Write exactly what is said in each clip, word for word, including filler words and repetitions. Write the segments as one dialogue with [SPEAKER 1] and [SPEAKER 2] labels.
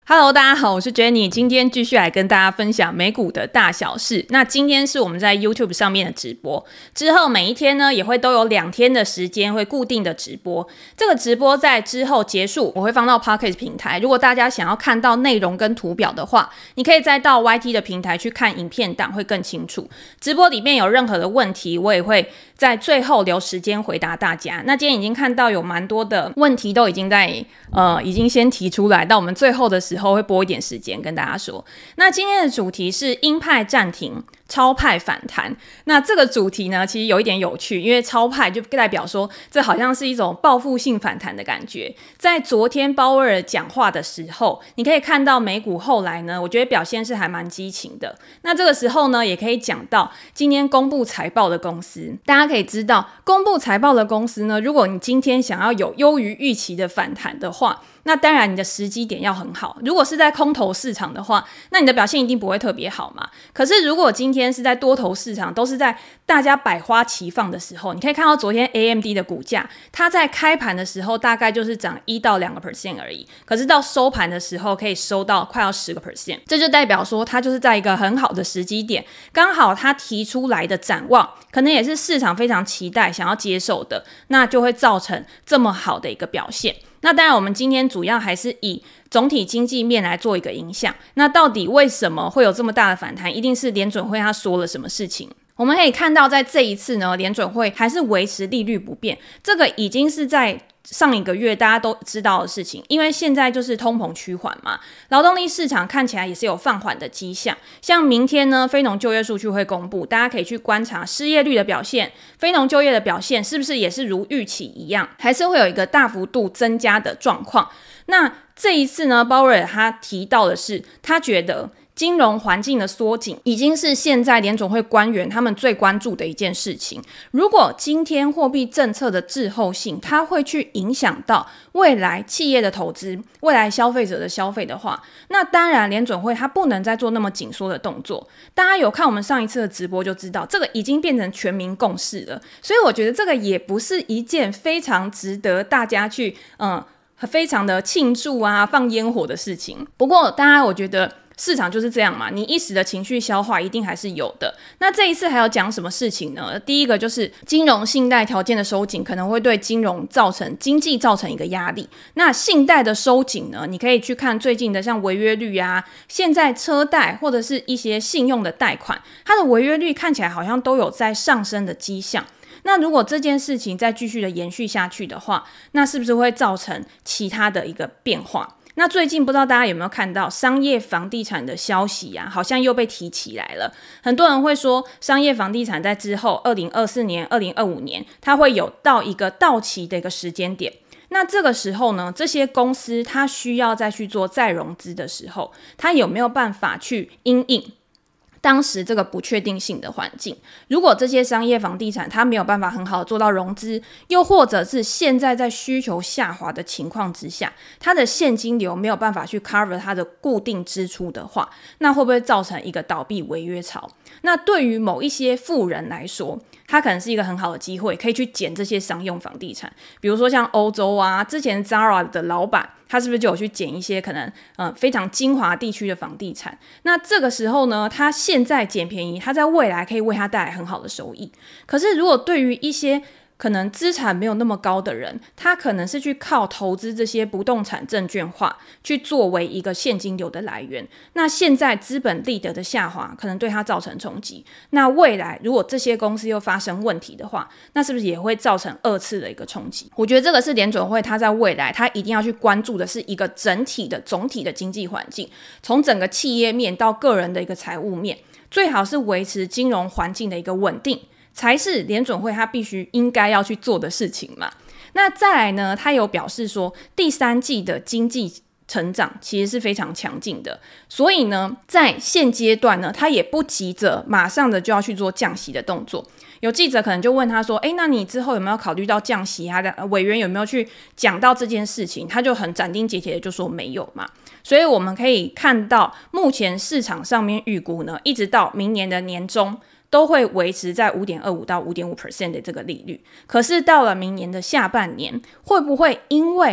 [SPEAKER 1] Hello， 大家好，我是 Jenny， 今天继续来跟大家分享美股的大小事。那今天是我们在 YouTube 上面的直播，之后每一天呢也会都有两天的时间会固定的直播。这个直播在之后结束，我会放到 Podcast 平台。如果大家想要看到内容跟图表的话，你可以再到 Y T 的平台去看影片档，会更清楚。直播里面有任何的问题，我也会在最后留时间回答大家。那今天已经看到有蛮多的问题都已经在呃已经先提出来，到我们最后的时候会拨一点时间跟大家说。那今天的主题是鹰派暂停，超派反弹。那这个主题呢其实有一点有趣，因为超派就代表说这好像是一种报复性反弹的感觉。在昨天鲍威尔讲话的时候，你可以看到美股后来呢我觉得表现是还蛮激情的。那这个时候呢也可以讲到今天公布财报的公司，大家可以知道公布财报的公司呢，如果你今天想要有优于预期的反弹的话，那当然你的时机点要很好。如果是在空头市场的话，那你的表现一定不会特别好嘛。可是如果今天是在多头市场，都是在大家百花齐放的时候，你可以看到昨天 A M D 的股价，它在开盘的时候大概就是涨一到两个 percent 而已，可是到收盘的时候可以收到快要十个 percent， 这就代表说它就是在一个很好的时机点，刚好它提出来的展望可能也是市场非常期待想要接受的，那就会造成这么好的一个表现。那当然我们今天主要还是以总体经济面来做一个影响。那到底为什么会有这么大的反弹，一定是联准会他说了什么事情。我们可以看到在这一次呢，联准会还是维持利率不变，这个已经是在上一个月大家都知道的事情。因为现在就是通膨趋缓嘛，劳动力市场看起来也是有放缓的迹象。像明天呢非农就业数据会公布，大家可以去观察失业率的表现，非农就业的表现是不是也是如预期一样，还是会有一个大幅度增加的状况。那这一次呢，鲍威尔他提到的是，他觉得金融环境的缩紧已经是现在联准会官员他们最关注的一件事情。如果今天货币政策的滞后性它会去影响到未来企业的投资，未来消费者的消费的话，那当然联准会它不能再做那么紧缩的动作。大家有看我们上一次的直播就知道，这个已经变成全民共识了。所以我觉得这个也不是一件非常值得大家去嗯非常的庆祝啊放烟火的事情。不过当然我觉得市场就是这样嘛，你一时的情绪消化一定还是有的。那这一次还要讲什么事情呢？第一个就是金融信贷条件的收紧可能会对金融造成经济造成一个压力。那信贷的收紧呢，你可以去看最近的像违约率啊，现在车贷或者是一些信用的贷款，它的违约率看起来好像都有在上升的迹象。那如果这件事情再继续的延续下去的话，那是不是会造成其他的一个变化？那最近不知道大家有没有看到商业房地产的消息啊，好像又被提起来了。很多人会说商业房地产在之后二零二四年二零二五年它会有到一个到期的一个时间点。那这个时候呢，这些公司它需要再去做再融资的时候，它有没有办法去因应当时这个不确定性的环境？如果这些商业房地产它没有办法很好的做到融资，又或者是现在在需求下滑的情况之下，它的现金流没有办法去 cover 它的固定支出的话，那会不会造成一个倒闭违约潮？那对于某一些富人来说，它可能是一个很好的机会，可以去捡这些商用房地产。比如说像欧洲啊，之前 Zara 的老板他是不是就有去捡一些可能呃非常精华地区的房地产？那这个时候呢，他现在捡便宜，他在未来可以为他带来很好的收益。可是如果对于一些可能资产没有那么高的人，他可能是去靠投资这些不动产证券化去作为一个现金流的来源。那现在资本利得的下滑可能对他造成冲击，那未来如果这些公司又发生问题的话，那是不是也会造成二次的一个冲击？我觉得这个是联准会他在未来他一定要去关注的，是一个整体的总体的经济环境，从整个企业面到个人的一个财务面，最好是维持金融环境的一个稳定，才是联准会他必须应该要去做的事情嘛。那再来呢，他有表示说第三季的经济成长其实是非常强劲的，所以呢在现阶段呢，他也不急着马上的就要去做降息的动作。有记者可能就问他说，诶，那你之后有没有考虑到降息？他的委员有没有去讲到这件事情？他就很斩钉截铁的就说没有嘛。所以我们可以看到目前市场上面预估呢，一直到明年的年中都会维持在 百分之五点二五 到 百分之五点五 的这个利率。可是到了明年的下半年，会不会因为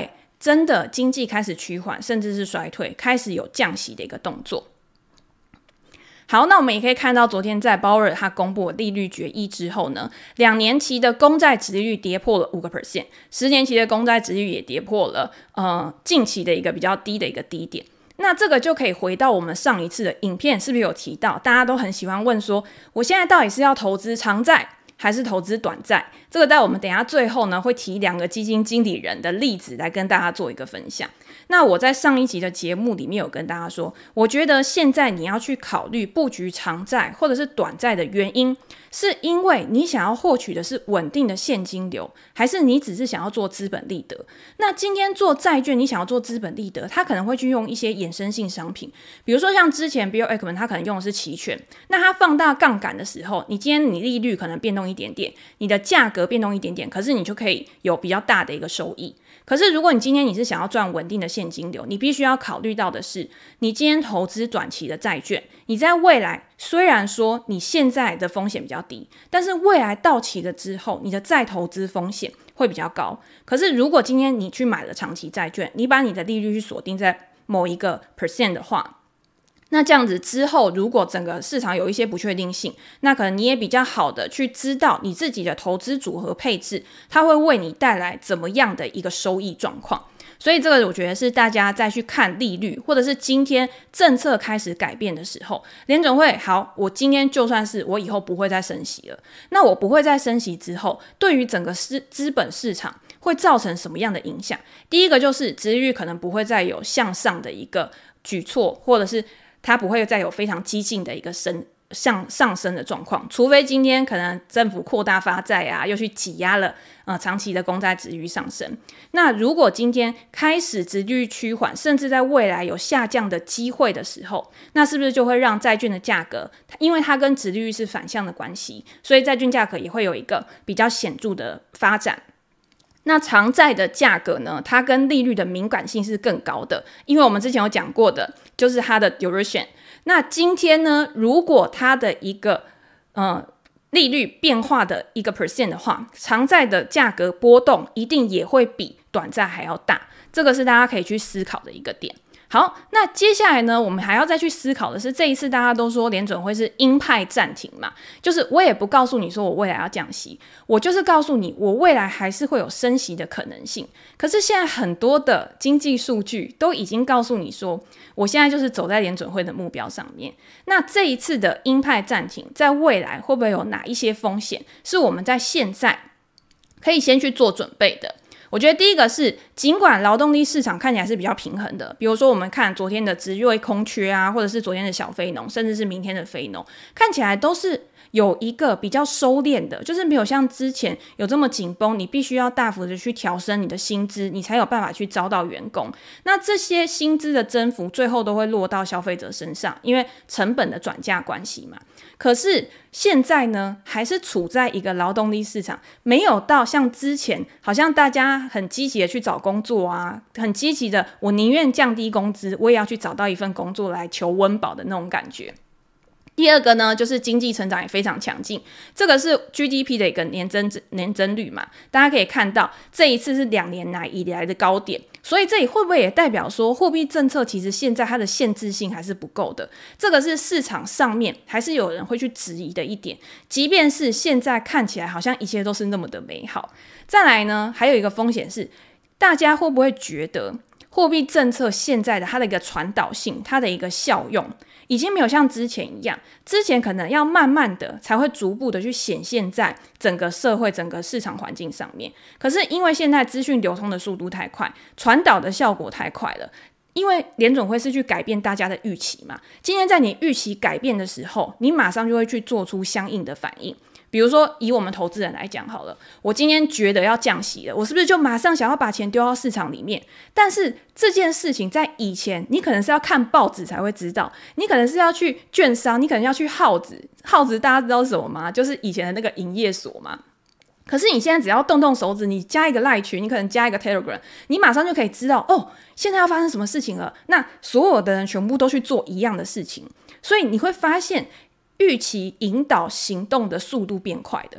[SPEAKER 1] 真的经济开始趋缓，甚至是衰退，开始有降息的一个动作。好，那我们也可以看到，昨天在鲍威尔他公布利率决议之后呢，两年期的公债殖利率跌破了 百分之五， 十年期的公债殖利率也跌破了呃近期的一个比较低的一个低点。那这个就可以回到我们上一次的影片，是不是有提到，大家都很喜欢问说，我现在到底是要投资长债还是投资短债？这个在我们等一下最后呢，会提两个基金经理人的例子来跟大家做一个分享。那我在上一集的节目里面有跟大家说，我觉得现在你要去考虑布局长债或者是短债的原因，是因为你想要获取的是稳定的现金流，还是你只是想要做资本利得？那今天做债券，你想要做资本利得，他可能会去用一些衍生性商品，比如说像之前 Bill Ackman 他可能用的是期权，那他放大杠杆的时候，你今天你利率可能变动一点点，你的价格变动一点点，可是你就可以有比较大的一个收益。可是如果你今天你是想要赚稳定的现金流，你必须要考虑到的是，你今天投资短期的债券，你在未来虽然说你现在的风险比较低，但是未来到期了之后，你的再投资风险会比较高。可是如果今天你去买了长期债券，你把你的利率去锁定在某一个 percent 的话，那这样子之后，如果整个市场有一些不确定性，那可能你也比较好的去知道你自己的投资组合配置，它会为你带来怎么样的一个收益状况。所以这个我觉得是大家再去看利率，或者是今天政策开始改变的时候，联准会好，我今天就算是我以后不会再升息了，那我不会再升息之后，对于整个资本市场会造成什么样的影响？第一个就是殖利率可能不会再有向上的一个举措，或者是它不会再有非常激进的一个升向上升的状况，除非今天可能政府扩大发债啊，又去挤压了呃长期的公债殖利率上升。那如果今天开始殖利率趋缓，甚至在未来有下降的机会的时候，那是不是就会让债券的价格，因为它跟殖利率是反向的关系，所以债券价格也会有一个比较显著的发展。那长债的价格呢，它跟利率的敏感性是更高的，因为我们之前有讲过的就是它的 duration。那今天呢，如果它的一个呃利率变化的一个 percent 的话，长债的价格波动一定也会比短债还要大，这个是大家可以去思考的一个点。好，那接下来呢，我们还要再去思考的是，这一次大家都说联准会是鹰派暂停嘛，就是我也不告诉你说我未来要降息，我就是告诉你我未来还是会有升息的可能性。可是现在很多的经济数据都已经告诉你说，我现在就是走在联准会的目标上面。那这一次的鹰派暂停，在未来会不会有哪一些风险，是我们在现在可以先去做准备的？我觉得第一个是，尽管劳动力市场看起来是比较平衡的，比如说我们看昨天的职位空缺啊，或者是昨天的小非农，甚至是明天的非农，看起来都是有一个比较收敛的，就是没有像之前有这么紧绷，你必须要大幅的去调升你的薪资，你才有办法去招到员工。那这些薪资的增幅最后都会落到消费者身上，因为成本的转嫁关系嘛。可是现在呢，还是处在一个劳动力市场，没有到像之前好像大家很积极的去找工作啊，很积极的我宁愿降低工资，我也要去找到一份工作来求温饱的那种感觉。第二个呢，就是经济成长也非常强劲，这个是 G D P 的一个年增年增率嘛，大家可以看到这一次是两年来以来的高点，所以这里会不会也代表说货币政策其实现在它的限制性还是不够的？这个是市场上面还是有人会去质疑的一点，即便是现在看起来好像一切都是那么的美好。再来呢，还有一个风险是，大家会不会觉得货币政策现在的它的一个传导性，它的一个效用已经没有像之前一样，之前可能要慢慢的才会逐步的去显现在整个社会整个市场环境上面。可是因为现在资讯流通的速度太快，传导的效果太快了，因为联准会是去改变大家的预期嘛，今天在你预期改变的时候，你马上就会去做出相应的反应。比如说以我们投资人来讲好了，我今天觉得要降息了，我是不是就马上想要把钱丢到市场里面？但是这件事情在以前你可能是要看报纸才会知道，你可能是要去券商，你可能要去号子，号子大家知道是什么吗？就是以前的那个营业所嘛。可是你现在只要动动手指，你加一个 LINE 群，你可能加一个 Telegram， 你马上就可以知道哦，现在要发生什么事情了。那所有的人全部都去做一样的事情，所以你会发现预期引导行动的速度变快的。那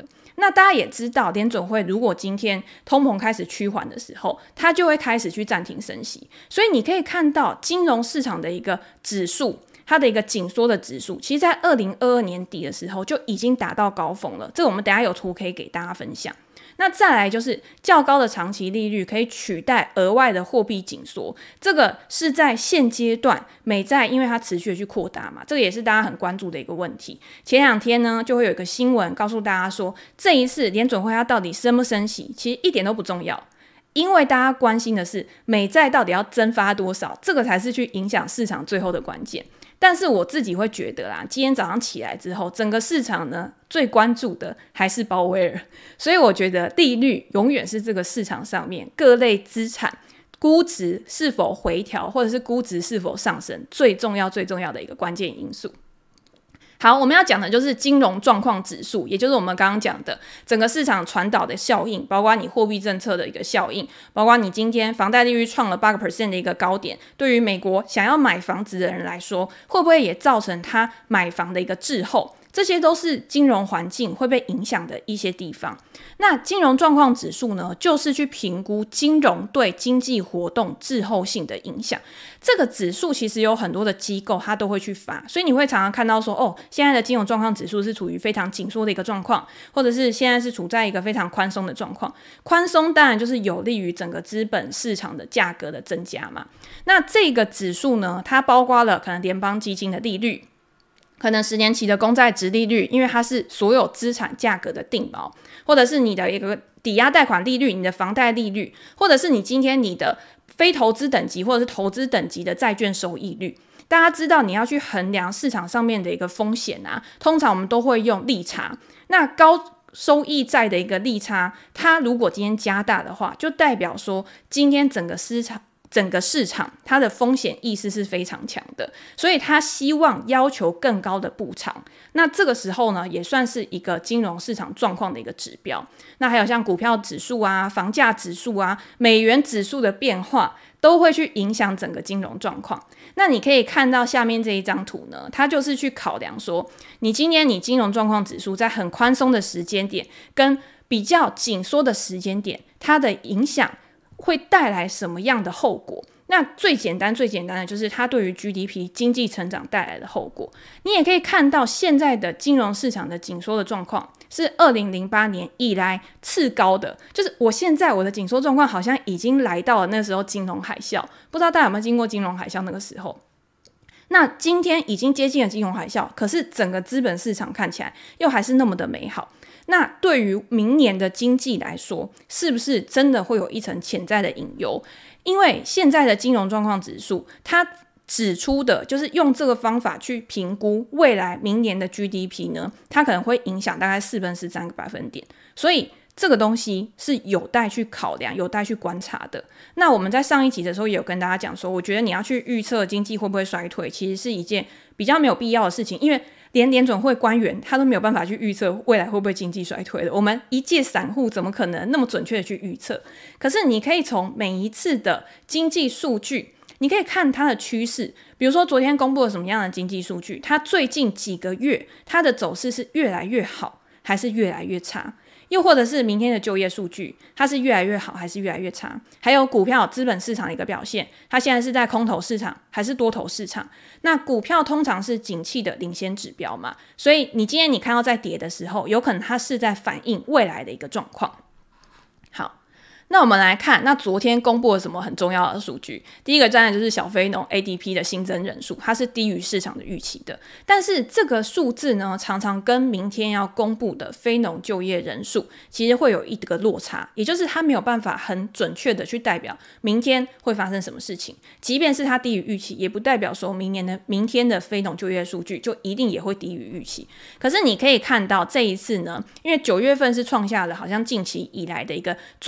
[SPEAKER 1] 那大家也知道，联准会如果今天通膨开始趋缓的时候，它就会开始去暂停升息。所以你可以看到金融市场的一个指数，它的一个紧缩的指数，其实在二零二二年底的时候就已经达到高峰了。这个我们等一下有图可以给大家分享。那再来就是较高的长期利率可以取代额外的货币紧缩，这个是在现阶段美债因为它持续的去扩大嘛，这个也是大家很关注的一个问题。前两天呢就会有一个新闻告诉大家说，这一次联准会它到底升不升息，其实一点都不重要，因为大家关心的是美债到底要增发多少，这个才是去影响市场最后的关键。但是我自己会觉得啦，今天早上起来之后，整个市场呢最关注的还是鲍威尔，所以我觉得利率永远是这个市场上面各类资产估值是否回调，或者是估值是否上升，最重要最重要的一个关键因素。好，我们要讲的就是金融状况指数，也就是我们刚刚讲的整个市场传导的效应，包括你货币政策的一个效应，包括你今天房贷利率创了 百分之八 的一个高点，对于美国想要买房子的人来说，会不会也造成他买房的一个滞后，这些都是金融环境会被影响的一些地方。那金融状况指数呢，就是去评估金融对经济活动滞后性的影响。这个指数其实有很多的机构它都会去发，所以你会常常看到说，哦，现在的金融状况指数是处于非常紧缩的一个状况，或者是现在是处在一个非常宽松的状况。宽松当然就是有利于整个资本市场的价格的增加嘛。那这个指数呢，它包括了可能联邦基金的利率，可能十年期的公债殖利率，因为它是所有资产价格的定锚，或者是你的一个抵押贷款利率，你的房贷利率，或者是你今天你的非投资等级或者是投资等级的债券收益率。大家知道你要去衡量市场上面的一个风险啊，通常我们都会用利差。那高收益债的一个利差，它如果今天加大的话，就代表说今天整个市场整个市场它的风险意识是非常强的，所以它希望要求更高的补偿。那这个时候呢，也算是一个金融市场状况的一个指标。那还有像股票指数啊、房价指数啊、美元指数的变化，都会去影响整个金融状况。那你可以看到下面这一张图呢，它就是去考量说，你今年你金融状况指数在很宽松的时间点跟比较紧缩的时间点，它的影响会带来什么样的后果。那最简单最简单的就是它对于 G D P 经济成长带来的后果。你也可以看到现在的金融市场的紧缩的状况是二零零八年以来次高的，就是我现在我的紧缩状况好像已经来到了那时候金融海啸，不知道大家有没有经过金融海啸那个时候。那今天已经接近了金融海啸，可是整个资本市场看起来又还是那么的美好。那对于明年的经济来说，是不是真的会有一层潜在的隐忧？因为现在的金融状况指数，它指出的就是用这个方法去评估未来明年的 G D P 呢，它可能会影响大概四分之三个百分点，所以这个东西是有待去考量、有待去观察的。那我们在上一集的时候也有跟大家讲说，我觉得你要去预测经济会不会衰退，其实是一件比较没有必要的事情，因为连联准会官员他都没有办法去预测未来会不会经济衰退的，我们一介散户怎么可能那么准确的去预测？可是你可以从每一次的经济数据，你可以看它的趋势，比如说昨天公布了什么样的经济数据，它最近几个月它的走势是越来越好还是越来越差，又或者是明天的就业数据，它是越来越好还是越来越差，还有股票资本市场的一个表现，它现在是在空头市场还是多头市场。那股票通常是景气的领先指标嘛，所以你今天你看到在跌的时候，有可能它是在反映未来的一个状况。好，那我们来看，那昨天公布了什么很重要的数据？第一个当然就是小非农 A D P 的新增人数，它是低于市场的预期的。但是这个数字呢，常常跟明天要公布的非农就业人数其实会有一个落差，也就是它没有办法很准确的去代表明天会发生什么事情。即便是它低于预期，也不代表说明年的明天的非农就业数据就一定也会低于预期。可是你可以看到这一次呢，因为九月份是创下了好像近期以来的一个最低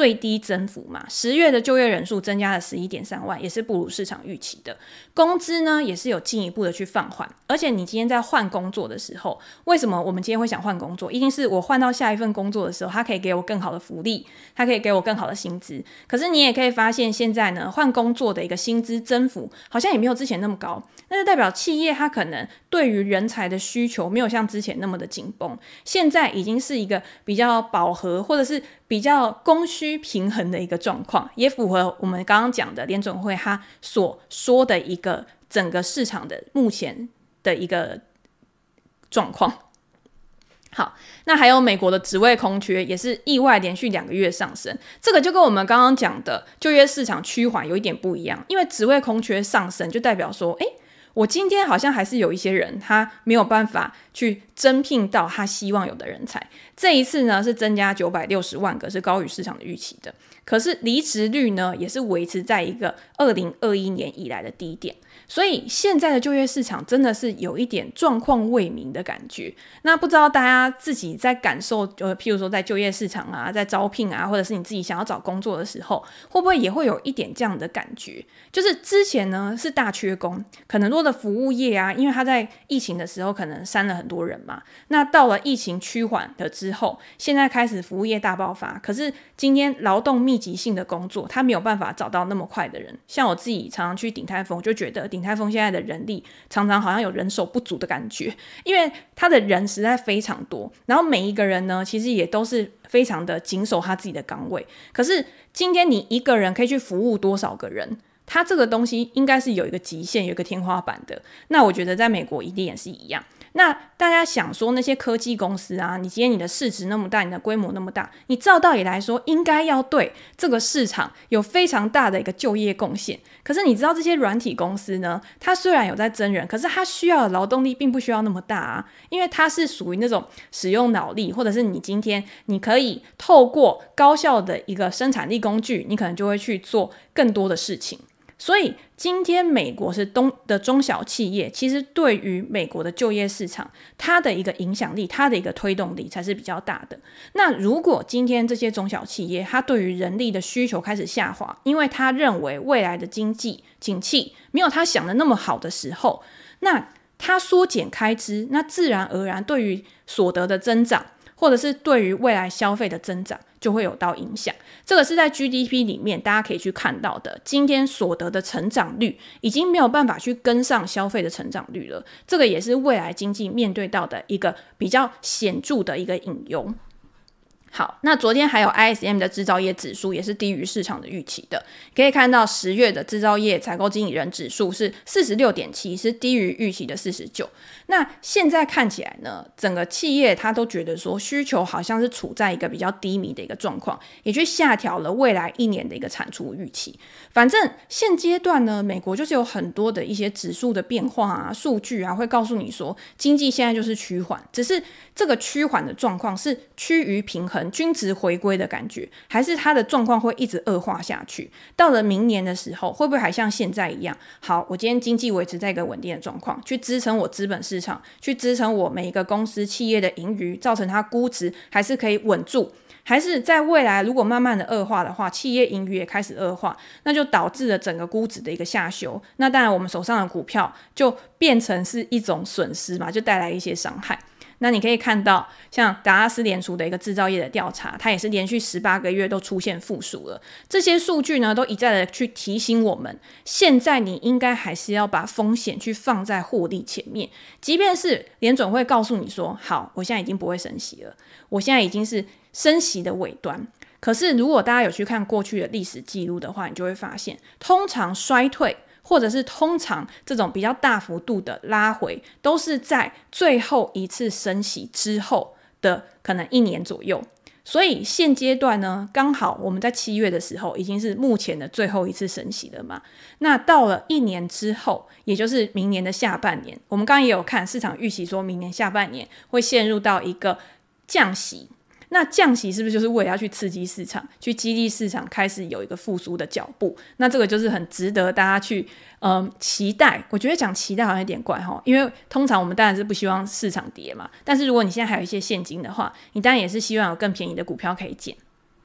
[SPEAKER 1] 增幅嘛，十月的就业人数增加了 十一点三万，也是不如市场预期的。工资呢也是有进一步的去放缓，而且你今天在换工作的时候，为什么我们今天会想换工作？一定是我换到下一份工作的时候，它可以给我更好的福利，它可以给我更好的薪资。可是你也可以发现现在呢，换工作的一个薪资增幅好像也没有之前那么高，那就代表企业它可能对于人才的需求没有像之前那么的紧绷，现在已经是一个比较饱和或者是比较供需平衡的一个状况，也符合我们刚刚讲的联准会它所说的一个整个市场的目前的一个状况。好，那还有美国的职位空缺也是意外连续两个月上升，这个就跟我们刚刚讲的就业市场趋缓有一点不一样，因为职位空缺上升就代表说，诶我今天好像还是有一些人他没有办法去征聘到他希望有的人才，这一次呢是增加九百六十万个，是高于市场的预期的。可是离职率呢也是维持在一个二零二一年以来的低点，所以现在的就业市场真的是有一点状况未明的感觉。那不知道大家自己在感受呃，譬如说在就业市场啊，在招聘啊，或者是你自己想要找工作的时候，会不会也会有一点这样的感觉，就是之前呢是大缺工，可能多的服务业啊，因为他在疫情的时候可能删了很多人嘛，那到了疫情趋缓了之后，现在开始服务业大爆发，可是今天劳动密集性的工作他没有办法找到那么快的人，像我自己常常去鼎泰丰，就觉得鼎泰丰现在的人力常常好像有人手不足的感觉，因为他的人实在非常多，然后每一个人呢其实也都是非常的谨守他自己的岗位，可是今天你一个人可以去服务多少个人，它这个东西应该是有一个极限，有一个天花板的。那我觉得在美国一定也是一样。那大家想说那些科技公司啊，你今天你的市值那么大，你的规模那么大，你照道理来说应该要对这个市场有非常大的一个就业贡献。可是你知道这些软体公司呢，它虽然有在增人，可是它需要的劳动力并不需要那么大啊，因为它是属于那种使用脑力，或者是你今天你可以透过高效的一个生产力工具，你可能就会去做更多的事情。所以今天美国是东的中小企业，其实对于美国的就业市场，它的一个影响力，它的一个推动力才是比较大的。那如果今天这些中小企业它对于人力的需求开始下滑，因为他认为未来的经济景气没有他想的那么好的时候，那他缩减开支，那自然而然对于所得的增长，或者是对于未来消费的增长就会有到影响。这个是在 G D P 里面大家可以去看到的，今天所得的成长率已经没有办法去跟上消费的成长率了，这个也是未来经济面对到的一个比较显著的一个隐忧。好，那昨天还有 I S M 的制造业指数也是低于市场的预期的，可以看到十月的制造业采购经理人指数是 四十六点七， 是低于预期的四十九。那现在看起来呢，整个企业它都觉得说需求好像是处在一个比较低迷的一个状况，也去下调了未来一年的一个产出预期。反正现阶段呢，美国就是有很多的一些指数的变化啊，数据啊，会告诉你说经济现在就是趋缓，只是这个趋缓的状况是趋于平衡均值回归的感觉，还是它的状况会一直恶化下去，到了明年的时候会不会还像现在一样，好，我今天经济维持在一个稳定的状况，去支撑我资本市场，去支撑我每一个公司企业的盈余，造成它估值还是可以稳住，还是在未来如果慢慢的恶化的话，企业盈余也开始恶化，那就导致了整个估值的一个下修，那当然我们手上的股票就变成是一种损失嘛，就带来一些伤害。那你可以看到像达拉斯联储的一个制造业的调查，它也是连续十八个月都出现负数了，这些数据呢都一再的去提醒我们，现在你应该还是要把风险去放在获利前面，即便是联准会告诉你说好，我现在已经不会升息了，我现在已经是升息的尾端，可是如果大家有去看过去的历史记录的话，你就会发现通常衰退或者是通常这种比较大幅度的拉回，都是在最后一次升息之后的可能一年左右。所以现阶段呢，刚好我们在七月的时候已经是目前的最后一次升息了嘛。那到了一年之后，也就是明年的下半年，我们刚刚也有看市场预期说明年下半年会陷入到一个降息。那降息是不是就是为了要去刺激市场，去激励市场开始有一个复苏的脚步？那这个就是很值得大家去嗯期待。我觉得讲期待好像有点怪齁，因为通常我们当然是不希望市场跌嘛，但是如果你现在还有一些现金的话，你当然也是希望有更便宜的股票可以捡。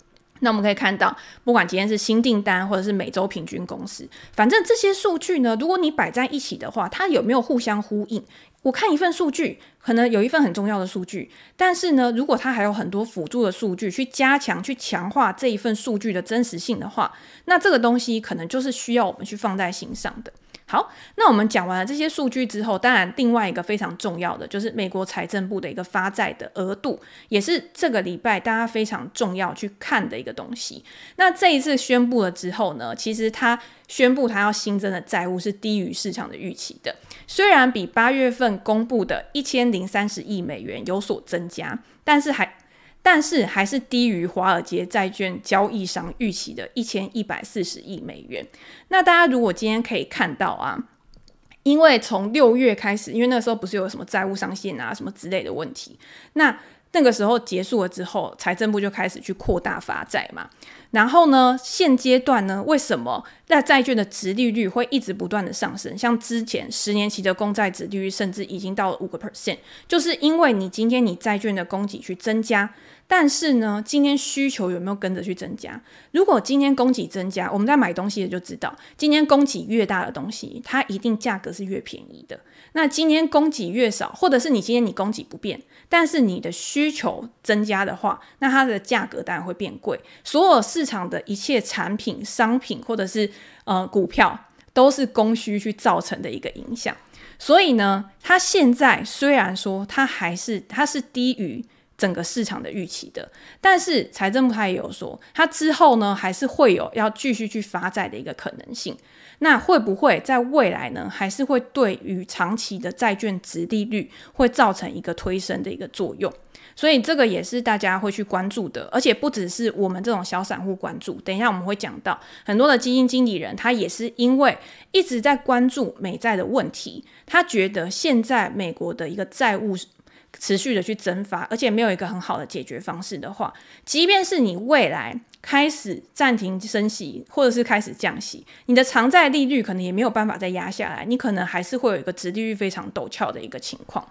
[SPEAKER 1] 那我们可以看到，不管今天是新订单或者是每周平均工时，反正这些数据呢，如果你摆在一起的话，它有没有互相呼应？我看一份数据，可能有一份很重要的数据，但是呢，如果它还有很多辅助的数据去加强、去强化这一份数据的真实性的话，那这个东西可能就是需要我们去放在心上的。好，那我们讲完了这些数据之后，当然另外一个非常重要的就是美国财政部的一个发债的额度，也是这个礼拜大家非常重要去看的一个东西。那这一次宣布了之后呢，其实他宣布他要新增的债务是低于市场的预期的，虽然比八月份公布的一千零三十亿美元有所增加，但是还但是还是低于华尔街债券交易商预期的一千一百四十亿美元。那大家如果今天可以看到啊，因为从六月开始，因为那个时候不是有什么债务上限啊什么之类的问题，那那个时候结束了之后，财政部就开始去扩大发债嘛。然后呢，现阶段呢，为什么那债券的殖利率会一直不断的上升？像之前十年期的公债殖利率甚至已经到了 百分之五， 就是因为你今天你债券的供给去增加，但是呢，今天需求有没有跟着去增加？如果今天供给增加，我们在买东西的就知道，今天供给越大的东西，它一定价格是越便宜的。那今天供给越少，或者是你今天你供给不变，但是你的需求增加的话，那它的价格当然会变贵。所有市场的一切产品、商品或者是呃股票，都是供需去造成的一个影响。所以呢，它现在虽然说它还是它是低于整个市场的预期的，但是财政部他也有说，它之后呢还是会有要继续去发债的一个可能性。那会不会在未来呢，还是会对于长期的债券殖利率会造成一个推升的一个作用？所以这个也是大家会去关注的，而且不只是我们这种小散户关注，等一下我们会讲到很多的基金经理人，他也是因为一直在关注美债的问题，他觉得现在美国的一个债务持续的去增发，而且没有一个很好的解决方式的话，即便是你未来开始暂停升息或者是开始降息，你的长债利率可能也没有办法再压下来，你可能还是会有一个殖利率非常陡峭的一个情况。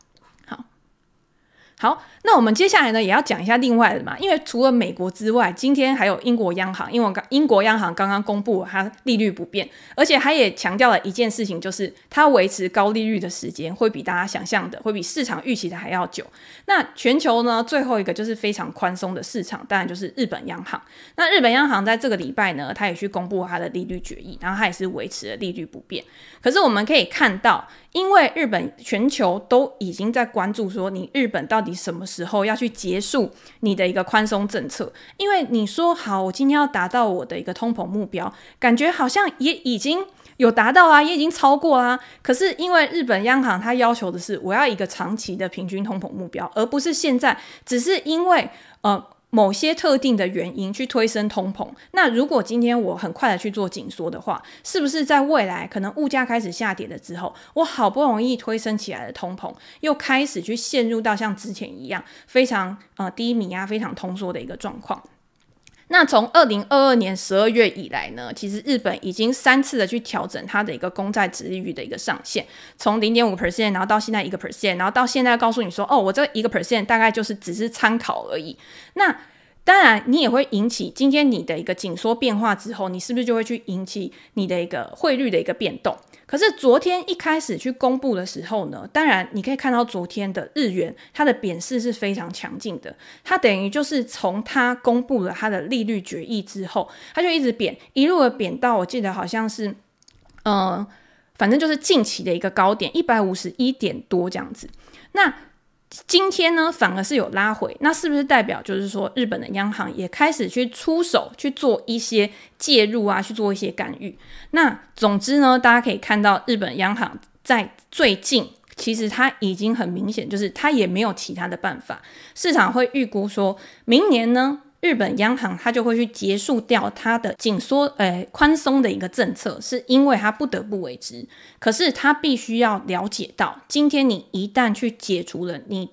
[SPEAKER 1] 好，那我们接下来呢也要讲一下另外的嘛，因为除了美国之外，今天还有英国央行，因为英国央行刚刚公布了它利率不变，而且它也强调了一件事情，就是它维持高利率的时间会比大家想象的，会比市场预期的还要久。那全球呢最后一个就是非常宽松的市场，当然就是日本央行。那日本央行在这个礼拜呢，它也去公布它的利率决议，然后它也是维持了利率不变。可是我们可以看到，因为日本全球都已经在关注说，你日本到底什么时候要去结束你的一个宽松政策？因为你说好，我今天要达到我的一个通膨目标，感觉好像也已经有达到啊，也已经超过啦。可是因为日本央行它要求的是，我要一个长期的平均通膨目标，而不是现在只是因为呃。某些特定的原因去推升通膨，那如果今天我很快的去做紧缩的话，是不是在未来可能物价开始下跌了之后，我好不容易推升起来的通膨又开始去陷入到像之前一样非常呃低迷啊、非常通缩的一个状况？那从二零二二年十二月以来呢，其实日本已经三次的去调整它的一个公债殖利率的一个上限，从 百分之零点五 然后到现在 百分之一， 然后到现在告诉你说，哦，我这 百分之一 大概就是只是参考而已。那当然你也会引起今天你的一个紧缩变化之后，你是不是就会去引起你的一个汇率的一个变动？可是昨天一开始去公布的时候呢，当然你可以看到昨天的日元它的贬势是非常强劲的，它等于就是从它公布了它的利率决议之后，它就一直贬，一路的贬到我记得好像是呃，反正就是近期的一个高点一百五十一点多这样子。那今天呢反而是有拉回，那是不是代表就是说日本的央行也开始去出手去做一些介入啊，去做一些干预？那总之呢，大家可以看到日本央行在最近其实它已经很明显，就是它也没有其他的办法，市场会预估说明年呢日本央行它就会去结束掉它的紧缩呃宽松的一个政策，是因为它不得不为之。可是它必须要了解到，今天你一旦去解除了你的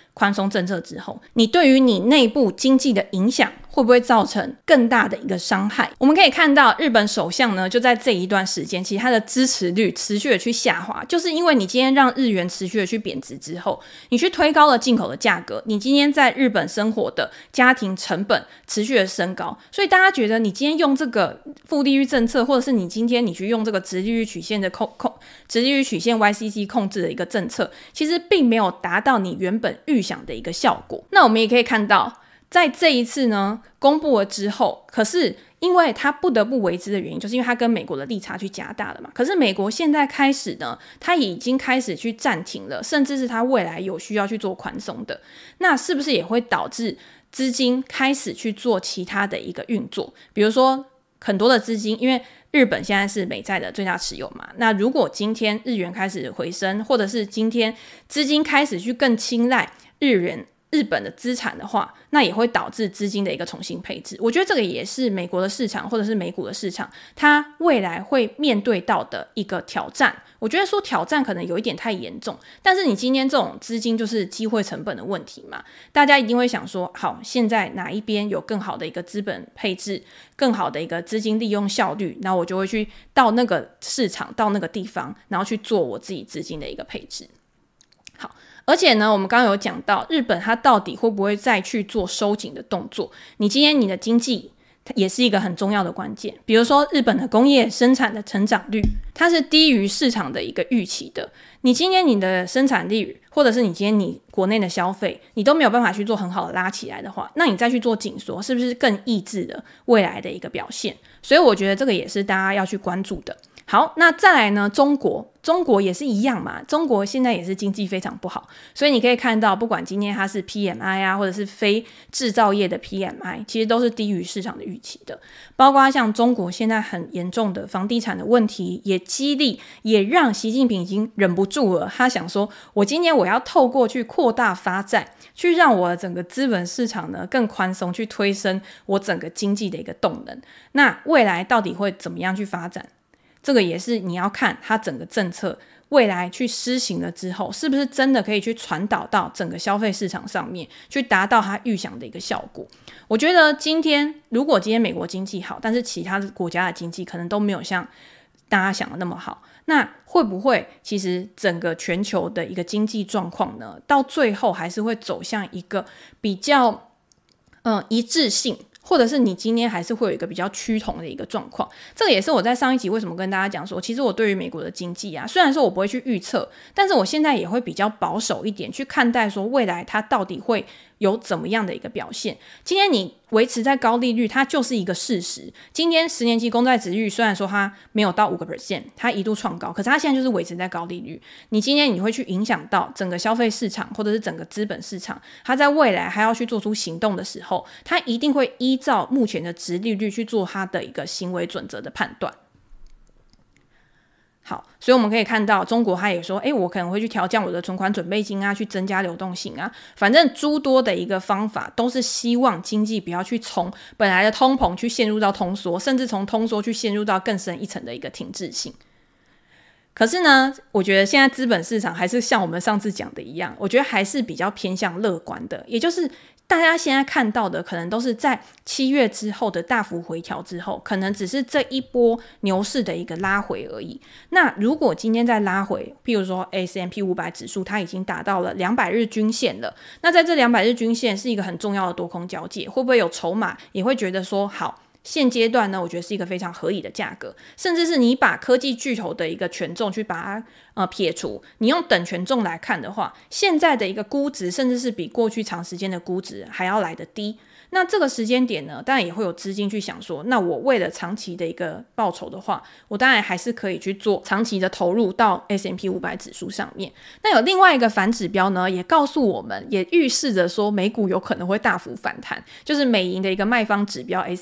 [SPEAKER 1] 宽松政策之后，你对于你内部经济的影响会不会造成更大的一个伤害？我们可以看到日本首相呢，就在这一段时间，其实他的支持率持续的去下滑，就是因为你今天让日元持续的去贬值之后，你去推高了进口的价格，你今天在日本生活的家庭成本持续的升高，所以大家觉得你今天用这个负利率政策，或者是你今天你去用这个殖利率曲线的控控殖利率曲线 Y C C 控制的一个政策，其实并没有达到你原本预想的一个效果。那我们也可以看到，在这一次呢公布了之后，可是因为他不得不为之的原因，就是因为他跟美国的利差去加大了嘛。可是美国现在开始呢，他已经开始去暂停了，甚至是他未来有需要去做宽松的，那是不是也会导致资金开始去做其他的一个运作？比如说很多的资金，因为日本现在是美债的最大持有嘛，那如果今天日元开始回升，或者是今天资金开始去更青睐日元日本的资产的话，那也会导致资金的一个重新配置。我觉得这个也是美国的市场或者是美股的市场它未来会面对到的一个挑战。我觉得说挑战可能有一点太严重，但是你今天这种资金就是机会成本的问题嘛，大家一定会想说，好，现在哪一边有更好的一个资本配置，更好的一个资金利用效率，然后我就会去到那个市场，到那个地方，然后去做我自己资金的一个配置。好，而且呢，我们刚刚有讲到日本它到底会不会再去做收紧的动作，你今天你的经济也是一个很重要的关键。比如说日本的工业生产的成长率，它是低于市场的一个预期的，你今天你的生产力或者是你今天你国内的消费你都没有办法去做很好的拉起来的话，那你再去做紧缩，是不是更抑制了未来的一个表现？所以我觉得这个也是大家要去关注的。好，那再来呢，中国中国也是一样嘛，中国现在也是经济非常不好，所以你可以看到不管今天它是 P M I 啊，或者是非制造业的 P M I， 其实都是低于市场的预期的。包括像中国现在很严重的房地产的问题，也激励也让习近平已经忍不住了，他想说我今天我要透过去扩大发债，去让我的整个资本市场呢更宽松，去推升我整个经济的一个动能。那未来到底会怎么样去发展，这个也是你要看它整个政策未来去施行了之后，是不是真的可以去传导到整个消费市场上面，去达到它预想的一个效果。我觉得今天如果今天美国经济好，但是其他的国家的经济可能都没有像大家想的那么好，那会不会其实整个全球的一个经济状况呢，到最后还是会走向一个比较嗯一致性，或者是你今天还是会有一个比较趋同的一个状况。这个也是我在上一集为什么跟大家讲说，其实我对于美国的经济啊，虽然说我不会去预测，但是我现在也会比较保守一点去看待说未来它到底会有怎么样的一个表现。今天你维持在高利率，它就是一个事实。今天十年期公债殖利率虽然说它没有到 百分之五， 它一度创高，可是它现在就是维持在高利率。你今天你会去影响到整个消费市场或者是整个资本市场，它在未来还要去做出行动的时候，它一定会依照目前的殖利率去做它的一个行为准则的判断。好，所以我们可以看到中国他也说，诶，我可能会去调降我的存款准备金啊，去增加流动性啊，反正诸多的一个方法都是希望经济不要去从本来的通膨去陷入到通缩，甚至从通缩去陷入到更深一层的一个停滞性。可是呢，我觉得现在资本市场还是像我们上次讲的一样，我觉得还是比较偏向乐观的，也就是大家现在看到的可能都是在七月之后的大幅回调之后，可能只是这一波牛市的一个拉回而已。那如果今天再拉回，譬如说 S and P 五百 指数它已经达到了两百日均线了，那在这两百日均线是一个很重要的多空交界，会不会有筹码也会觉得说好，现阶段呢，我觉得是一个非常合理的价格，甚至是你把科技巨头的一个权重去把它呃撇除，你用等权重来看的话，现在的一个估值甚至是比过去长时间的估值还要来得低。那这个时间点呢，当然也会有资金去想说，那我为了长期的一个报酬的话，我当然还是可以去做长期的投入到 S and P 五百 指数上面。那有另外一个反指标呢，也告诉我们，也预示着说美股有可能会大幅反弹，就是美银的一个卖方指标 S S I，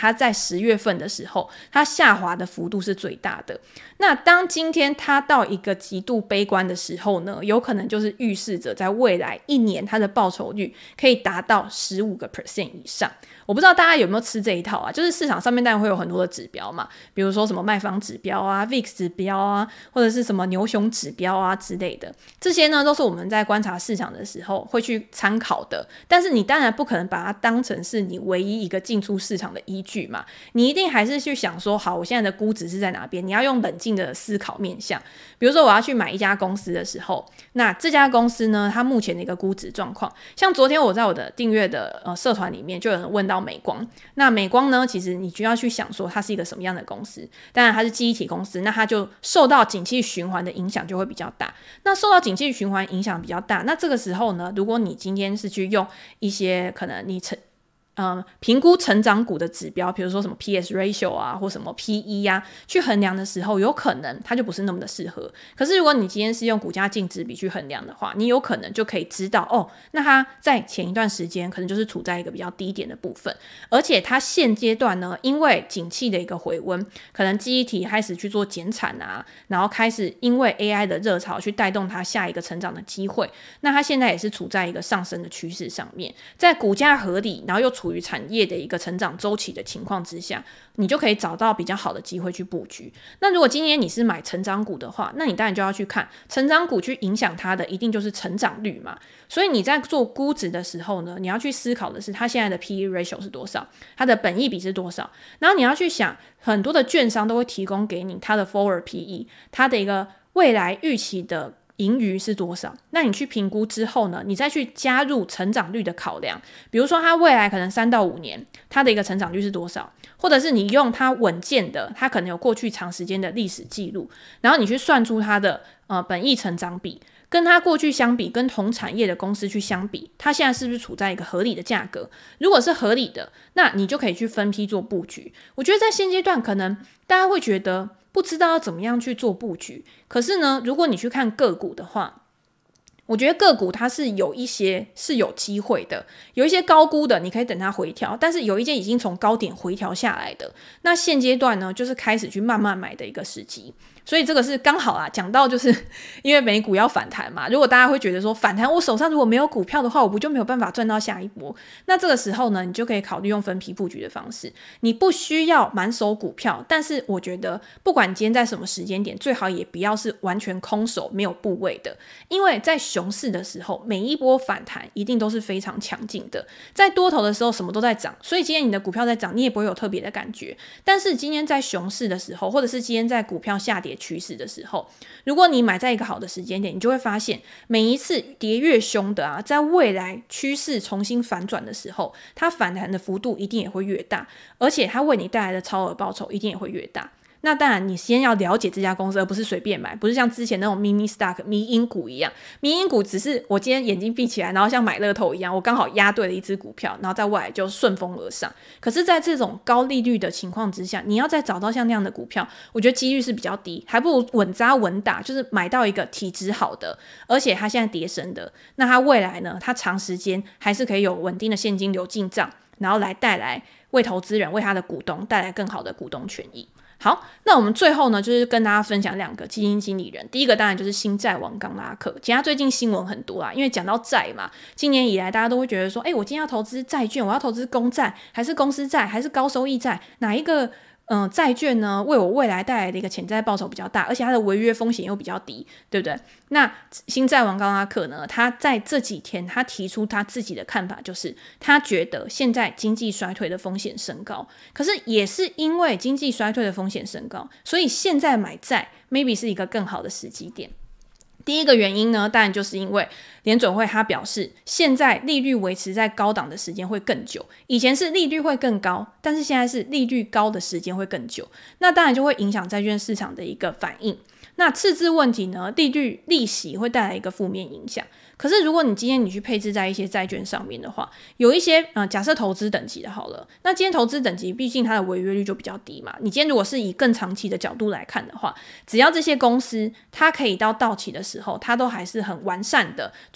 [SPEAKER 1] 它在十月份的时候，它下滑的幅度是最大的。那当今天它到一个极度悲观的时候呢，有可能就是预示着在未来一年它的报酬率可以达到 百分之十五 以上。我不知道大家有没有吃这一套啊，就是市场上面当然会有很多的指标嘛，比如说什么卖方指标啊 V I X 指标啊，或者是什么牛熊指标啊之类的，这些呢都是我们在观察市场的时候会去参考的，但是你当然不可能把它当成是你唯一一个进出市场的依据嘛，你一定还是去想说，好，我现在的估值是在哪边，你要用冷静的思考面向。比如说我要去买一家公司的时候，那这家公司呢，它目前的一个估值状况，像昨天我在我的订阅的呃社团里面就有人问到美光，那美光呢，其实你就要去想说它是一个什么样的公司，当然它是记忆体公司，那它就受到景气循环的影响就会比较大，那受到景气循环影响比较大，那这个时候呢，如果你今天是去用一些可能你成嗯，评估成长股的指标，比如说什么 P S ratio 啊，或什么 P E 啊，去衡量的时候，有可能它就不是那么的适合。可是如果你今天是用股价净值比去衡量的话，你有可能就可以知道，哦，那它在前一段时间可能就是处在一个比较低点的部分，而且它现阶段呢，因为景气的一个回温，可能记忆体开始去做减产啊，然后开始因为 A I 的热潮去带动它下一个成长的机会，那它现在也是处在一个上升的趋势上面，在股价合理，然后又处于产业的一个成长周期的情况之下，你就可以找到比较好的机会去布局。那如果今天你是买成长股的话，那你当然就要去看成长股去影响它的一定就是成长率嘛。所以你在做估值的时候呢，你要去思考的是它现在的 P E ratio 是多少，它的本益比是多少，然后你要去想很多的券商都会提供给你它的 forward P E， 它的一个未来预期的盈余是多少，那你去评估之后呢，你再去加入成长率的考量，比如说它未来可能三到五年它的一个成长率是多少，或者是你用它稳健的，它可能有过去长时间的历史记录，然后你去算出它的呃本益成长比，跟它过去相比，跟同产业的公司去相比，它现在是不是处在一个合理的价格，如果是合理的，那你就可以去分批做布局。我觉得在现阶段可能大家会觉得不知道要怎么样去做布局，可是呢，如果你去看个股的话，我觉得个股它是有一些是有机会的，有一些高估的你可以等它回调，但是有一些已经从高点回调下来的，那现阶段呢就是开始去慢慢买的一个时机。所以这个是刚好啦，讲到就是因为美股要反弹嘛，如果大家会觉得说反弹我手上如果没有股票的话，我不就没有办法赚到下一波，那这个时候呢，你就可以考虑用分批布局的方式，你不需要满手股票，但是我觉得不管你今天在什么时间点，最好也不要是完全空手没有部位的，因为在熊市的时候，每一波反弹一定都是非常强劲的，在多头的时候什么都在涨，所以今天你的股票在涨，你也不会有特别的感觉，但是今天在熊市的时候，或者是今天在股票下跌趋势的时候，如果你买在一个好的时间点，你就会发现每一次跌越凶的啊，在未来趋势重新反转的时候，它反弹的幅度一定也会越大，而且它为你带来的超额报酬一定也会越大。那当然你先要了解这家公司，而不是随便买，不是像之前那种 mini stock 迷因股一样，迷因股只是我今天眼睛闭起来，然后像买乐透一样，我刚好押对了一只股票，然后在未来就顺风而上。可是在这种高利率的情况之下，你要再找到像那样的股票，我觉得几率是比较低，还不如稳扎稳打，就是买到一个体质好的，而且它现在跌升的，那它未来呢，它长时间还是可以有稳定的现金流进账，然后来带来为投资人为他的股东带来更好的股东权益。好，那我们最后呢，就是跟大家分享两个基金经理人。第一个当然就是新债王冈拉克，其实他最近新闻很多啦，因为讲到债嘛，今年以来大家都会觉得说，哎，我今天要投资债券，我要投资公债，还是公司债，还是高收益债，哪一个嗯、呃，债券呢为我未来带来的一个潜在报酬比较大，而且它的违约风险又比较低，对不对？那新债王冈拉克呢，他在这几天他提出他自己的看法，就是他觉得现在经济衰退的风险升高，可是也是因为经济衰退的风险升高，所以现在买债 maybe 是一个更好的时机点。第一个原因呢，当然就是因为联准会他表示，现在利率维持在高档的时间会更久，以前是利率会更高，但是现在是利率高的时间会更久，那当然就会影响债券市场的一个反应。那赤字问题呢，利率利息会带来一个负面影响，可是如果你今天你去配置在一些债券上面的话，有一些呃，假设投资等级的好了，那今天投资等级毕竟它的违约率就比较低嘛，你今天如果是以更长期的角度来看的话，只要这些公司它可以到到期的时候，它都还是很完善的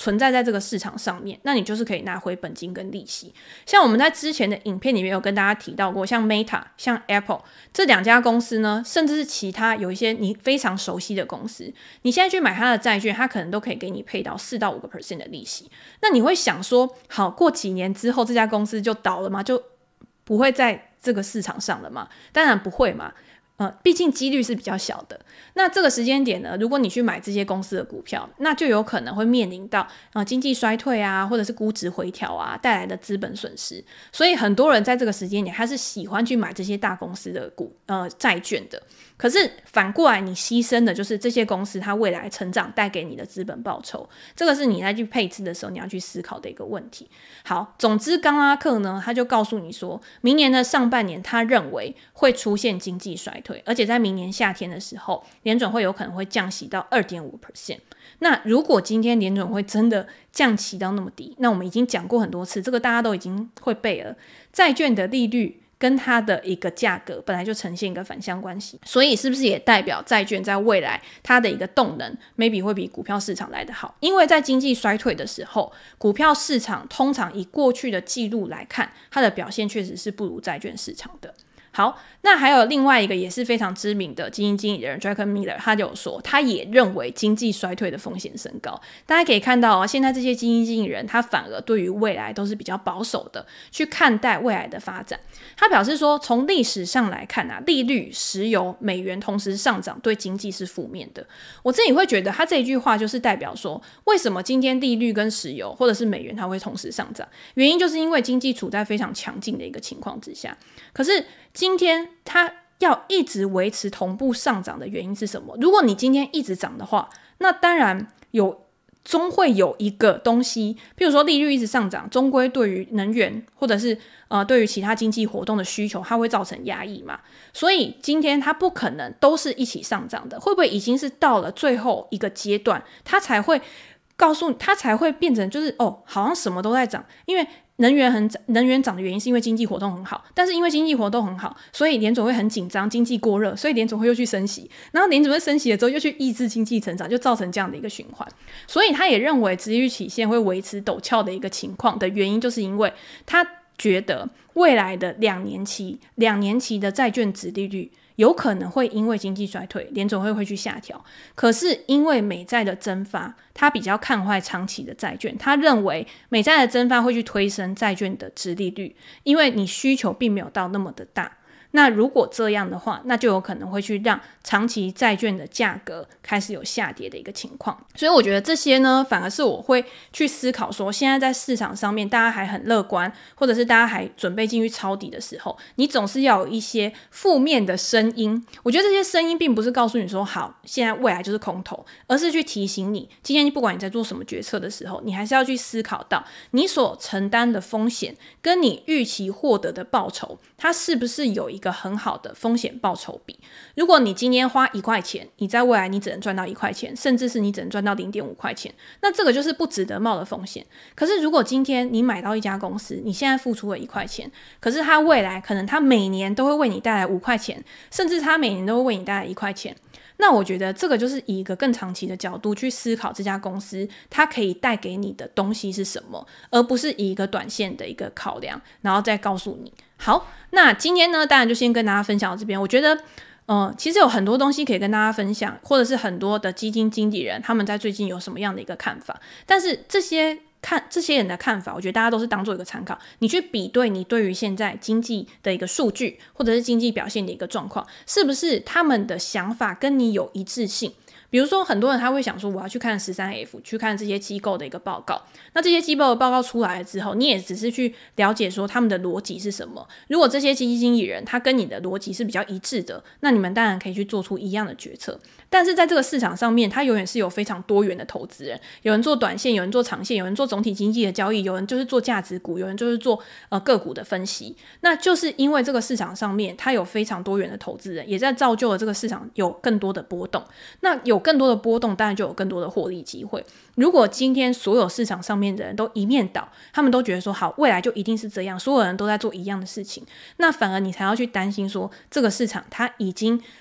[SPEAKER 1] 存在在这个市场上面，那你就是可以拿回本金跟利息。像我们在之前的影片里面有跟大家提到过，像 Meta 像 Apple 这两家公司呢，甚至是其他有一些你非常熟悉的公司，你现在去买它的债券，它可能都可以给你配到四到五个 percent 的利息。那你会想说，好，过几年之后这家公司就倒了吗？就不会在这个市场上了吗？当然不会嘛。呃，毕竟几率是比较小的。那这个时间点呢，如果你去买这些公司的股票，那就有可能会面临到呃经济衰退啊，或者是估值回调啊带来的资本损失。所以很多人在这个时间点，他是喜欢去买这些大公司的股呃债券的。可是反过来，你牺牲的就是这些公司它未来成长带给你的资本报酬，这个是你在去配置的时候你要去思考的一个问题。好，总之冈拉克呢，他就告诉你说，明年的上半年他认为会出现经济衰退，而且在明年夏天的时候，联准会有可能会降息到 百分之二点五。那如果今天联准会真的降息到那么低，那我们已经讲过很多次，这个大家都已经会背了，债券的利率跟它的一个价格本来就呈现一个反向关系，所以是不是也代表债券在未来它的一个动能 maybe 会比股票市场来得好？因为在经济衰退的时候，股票市场通常以过去的记录来看，它的表现确实是不如债券市场的。好，那还有另外一个也是非常知名的基金经理人 Druckenmiller， 他就有说他也认为经济衰退的风险升高。大家可以看到哦，现在这些基金经理人他反而对于未来都是比较保守的去看待未来的发展。他表示说，从历史上来看啊，利率、石油、美元同时上涨对经济是负面的。我自己会觉得他这一句话就是代表说，为什么今天利率跟石油或者是美元它会同时上涨，原因就是因为经济处在非常强劲的一个情况之下。可是今天它要一直维持同步上涨的原因是什么？如果你今天一直涨的话，那当然有终会有一个东西，譬如说利率一直上涨，终归对于能源或者是呃对于其他经济活动的需求，它会造成压抑嘛。所以今天它不可能都是一起上涨的，会不会已经是到了最后一个阶段，它才会告诉它才会变成就是哦，好像什么都在涨，因为能源很能源涨的原因是因为经济活动很好，但是因为经济活动很好，所以联准会很紧张，经济过热，所以联准会又去升息，然后联准会升息了之后又去抑制经济成长，就造成这样的一个循环。所以他也认为殖利率曲线会维持陡峭的一个情况的原因，就是因为他觉得未来的两年期两年期的债券殖利率有可能会因为经济衰退，联准会会去下调。可是因为美债的增发，他比较看坏长期的债券，他认为美债的增发会去推升债券的殖利率，因为你需求并没有到那么的大。那如果这样的话，那就有可能会去让长期债券的价格开始有下跌的一个情况。所以我觉得这些呢，反而是我会去思考说，现在在市场上面大家还很乐观，或者是大家还准备进去抄底的时候，你总是要有一些负面的声音。我觉得这些声音并不是告诉你说好，现在未来就是空头，而是去提醒你，今天不管你在做什么决策的时候，你还是要去思考到你所承担的风险跟你预期获得的报酬，它是不是有一个一个很好的风险报酬比。如果你今天花一块钱，你在未来你只能赚到一块钱，甚至是你只能赚到 零点五块钱，那这个就是不值得冒的风险。可是如果今天你买到一家公司，你现在付出了一块钱，可是它未来可能它每年都会为你带来五块钱，甚至它每年都会为你带来一块钱，那我觉得这个就是以一个更长期的角度去思考这家公司它可以带给你的东西是什么，而不是以一个短线的一个考量然后再告诉你。好，那今天呢当然就先跟大家分享到这边。我觉得呃，其实有很多东西可以跟大家分享，或者是很多的基金经理人他们在最近有什么样的一个看法，但是这些看这些人的看法，我觉得大家都是当做一个参考，你去比对你对于现在经济的一个数据，或者是经济表现的一个状况，是不是他们的想法跟你有一致性。比如说很多人他会想说我要去看 十三 F 去看这些机构的一个报告，那这些机构的报告出来了之后，你也只是去了解说他们的逻辑是什么。如果这些基金经理人他跟你的逻辑是比较一致的，那你们当然可以去做出一样的决策。但是在这个市场上面，它永远是有非常多元的投资人，有人做短线，有人做长线，有人做总体经济的交易，有人就是做价值股，有人就是做呃个股的分析。那就是因为这个市场上面它有非常多元的投资人，也在造就了这个市场有更多的波动。那有更多的波动，当然就有更多的获利机会。如果今天所有市场上面的人都一面倒，他们都觉得说好，未来就一定是这样，所有人都在做一样的事情，那反而你才要去担心说这个市场它已经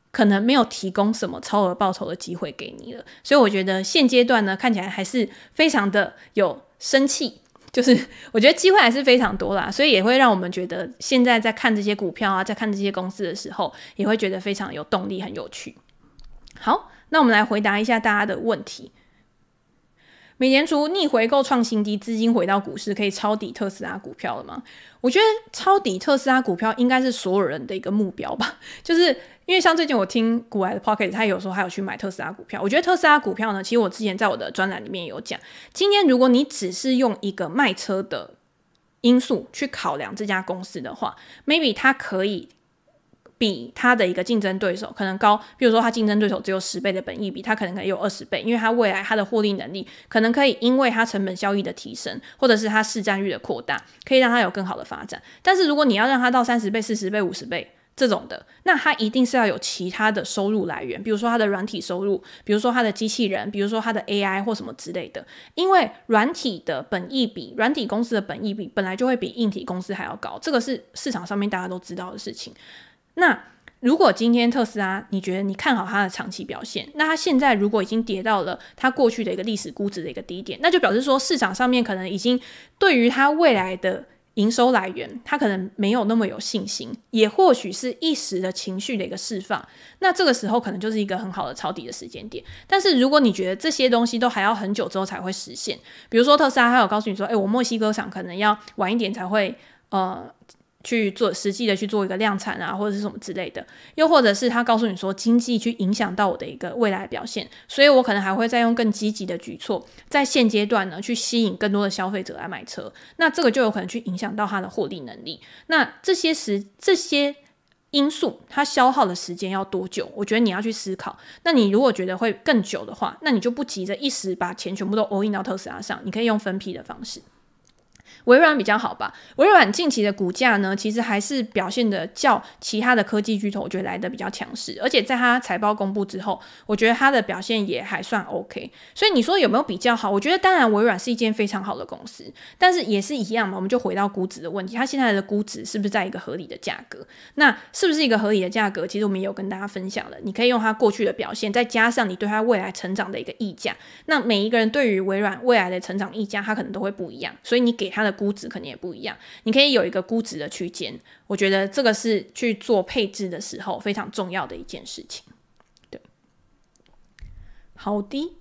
[SPEAKER 1] 可能没有提供什么超额报酬的机会给你了。所以我觉得现阶段呢，看起来还是非常的有生气，就是我觉得机会还是非常多啦，所以也会让我们觉得现在在看这些股票啊，在看这些公司的时候，也会觉得非常有动力，很有趣。好，那我们来回答一下大家的问题。美联储逆回购创新低，资金回到股市，可以抄底特斯拉股票了吗？我觉得抄底特斯拉股票应该是所有人的一个目标吧，就是因为像最近我听股癌的 Pocket， 他有时候还有去买特斯拉股票。我觉得特斯拉股票呢，其实我之前在我的专栏里面有讲，今天如果你只是用一个卖车的因素去考量这家公司的话 ，maybe 它可以比他的一个竞争对手可能高，比如说他竞争对手只有十倍的本益比，他可能可以有二十倍，因为他未来他的获利能力可能可以因为他成本效益的提升，或者是他市占率的扩大，可以让他有更好的发展。但是如果你要让他到三十倍、四十倍、五十倍这种的，那他一定是要有其他的收入来源，比如说他的软体收入，比如说他的机器人，比如说他的 A I 或什么之类的。因为软体的本益比，软体公司的本益比本来就会比硬体公司还要高，这个是市场上面大家都知道的事情。那如果今天特斯拉你觉得你看好它的长期表现，那它现在如果已经跌到了它过去的一个历史估值的一个低点，那就表示说市场上面可能已经对于它未来的营收来源它可能没有那么有信心，也或许是一时的情绪的一个释放，那这个时候可能就是一个很好的抄底的时间点。但是如果你觉得这些东西都还要很久之后才会实现，比如说特斯拉它有告诉你说，诶，我墨西哥厂可能要晚一点才会呃去做实际的去做一个量产啊，或者是什么之类的，又或者是他告诉你说经济去影响到我的一个未来表现，所以我可能还会再用更积极的举措，在现阶段呢去吸引更多的消费者来买车，那这个就有可能去影响到他的获利能力。那这些时这些因素它消耗的时间要多久，我觉得你要去思考。那你如果觉得会更久的话，那你就不急着一时把钱全部都 all in 到特斯拉上，你可以用分批的方式。微软比较好吧，微软近期的股价呢，其实还是表现的较其他的科技巨头我觉得来的比较强势，而且在它财报公布之后，我觉得它的表现也还算 OK。 所以你说有没有比较好，我觉得当然微软是一间非常好的公司，但是也是一样嘛，我们就回到估值的问题，它现在的估值是不是在一个合理的价格，那是不是一个合理的价格，其实我们也有跟大家分享了，你可以用它过去的表现，再加上你对它未来成长的一个溢价，那每一个人对于微软未来的成长溢价它可能都会不一样，所以你给它的估值可能也不一样，你可以有一个估值的区间，我觉得这个是去做配置的时候非常重要的一件事情。对，好的。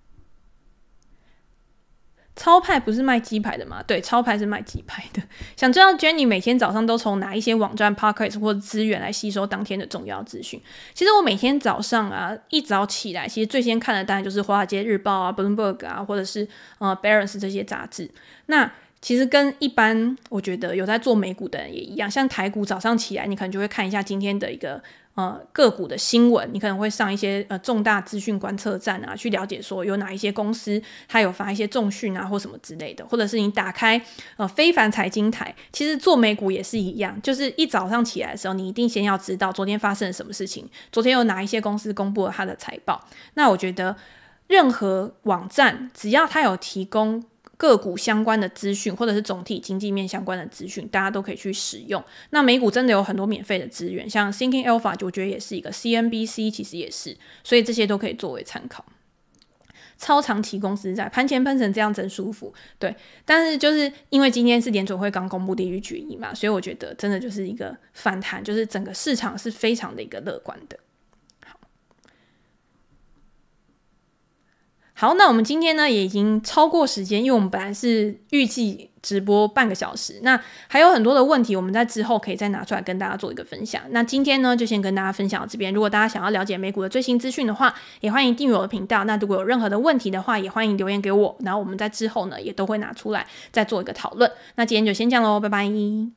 [SPEAKER 1] 超派不是卖鸡排的吗？对，超派是卖鸡排的。想知道 Jenny 每天早上都从哪一些网站 Podcast 或者资源来吸收当天的重要资讯？其实我每天早上啊，一早起来，其实最先看的当然就是华尔街日报啊、Bloomberg 啊，或者是呃 Barron's 这些杂志。那其实跟一般我觉得有在做美股的人也一样，像台股早上起来，你可能就会看一下今天的一个呃个股的新闻，你可能会上一些呃重大资讯观测站啊，去了解说有哪一些公司它有发一些重讯啊或什么之类的，或者是你打开呃非凡财经台，其实做美股也是一样，就是一早上起来的时候，你一定先要知道昨天发生了什么事情，昨天有哪一些公司公布了它的财报。那我觉得任何网站只要它有提供个股相关的资讯，或者是总体经济面相关的资讯，大家都可以去使用。那美股真的有很多免费的资源，像 Thinking Alpha 我觉得也是一个， C N B C 其实也是，所以这些都可以作为参考。超长期公司债盘前喷成这样真舒服，对，但是就是因为今天是联准会刚公布利率决议嘛，所以我觉得真的就是一个反弹，就是整个市场是非常的一个乐观的。好，那我们今天呢也已经超过时间，因为我们本来是预计直播半个小时，那还有很多的问题我们在之后可以再拿出来跟大家做一个分享。那今天呢就先跟大家分享到这边，如果大家想要了解美股的最新资讯的话，也欢迎订阅我的频道，那如果有任何的问题的话，也欢迎留言给我，然后我们在之后呢也都会拿出来再做一个讨论。那今天就先这样咯，拜拜。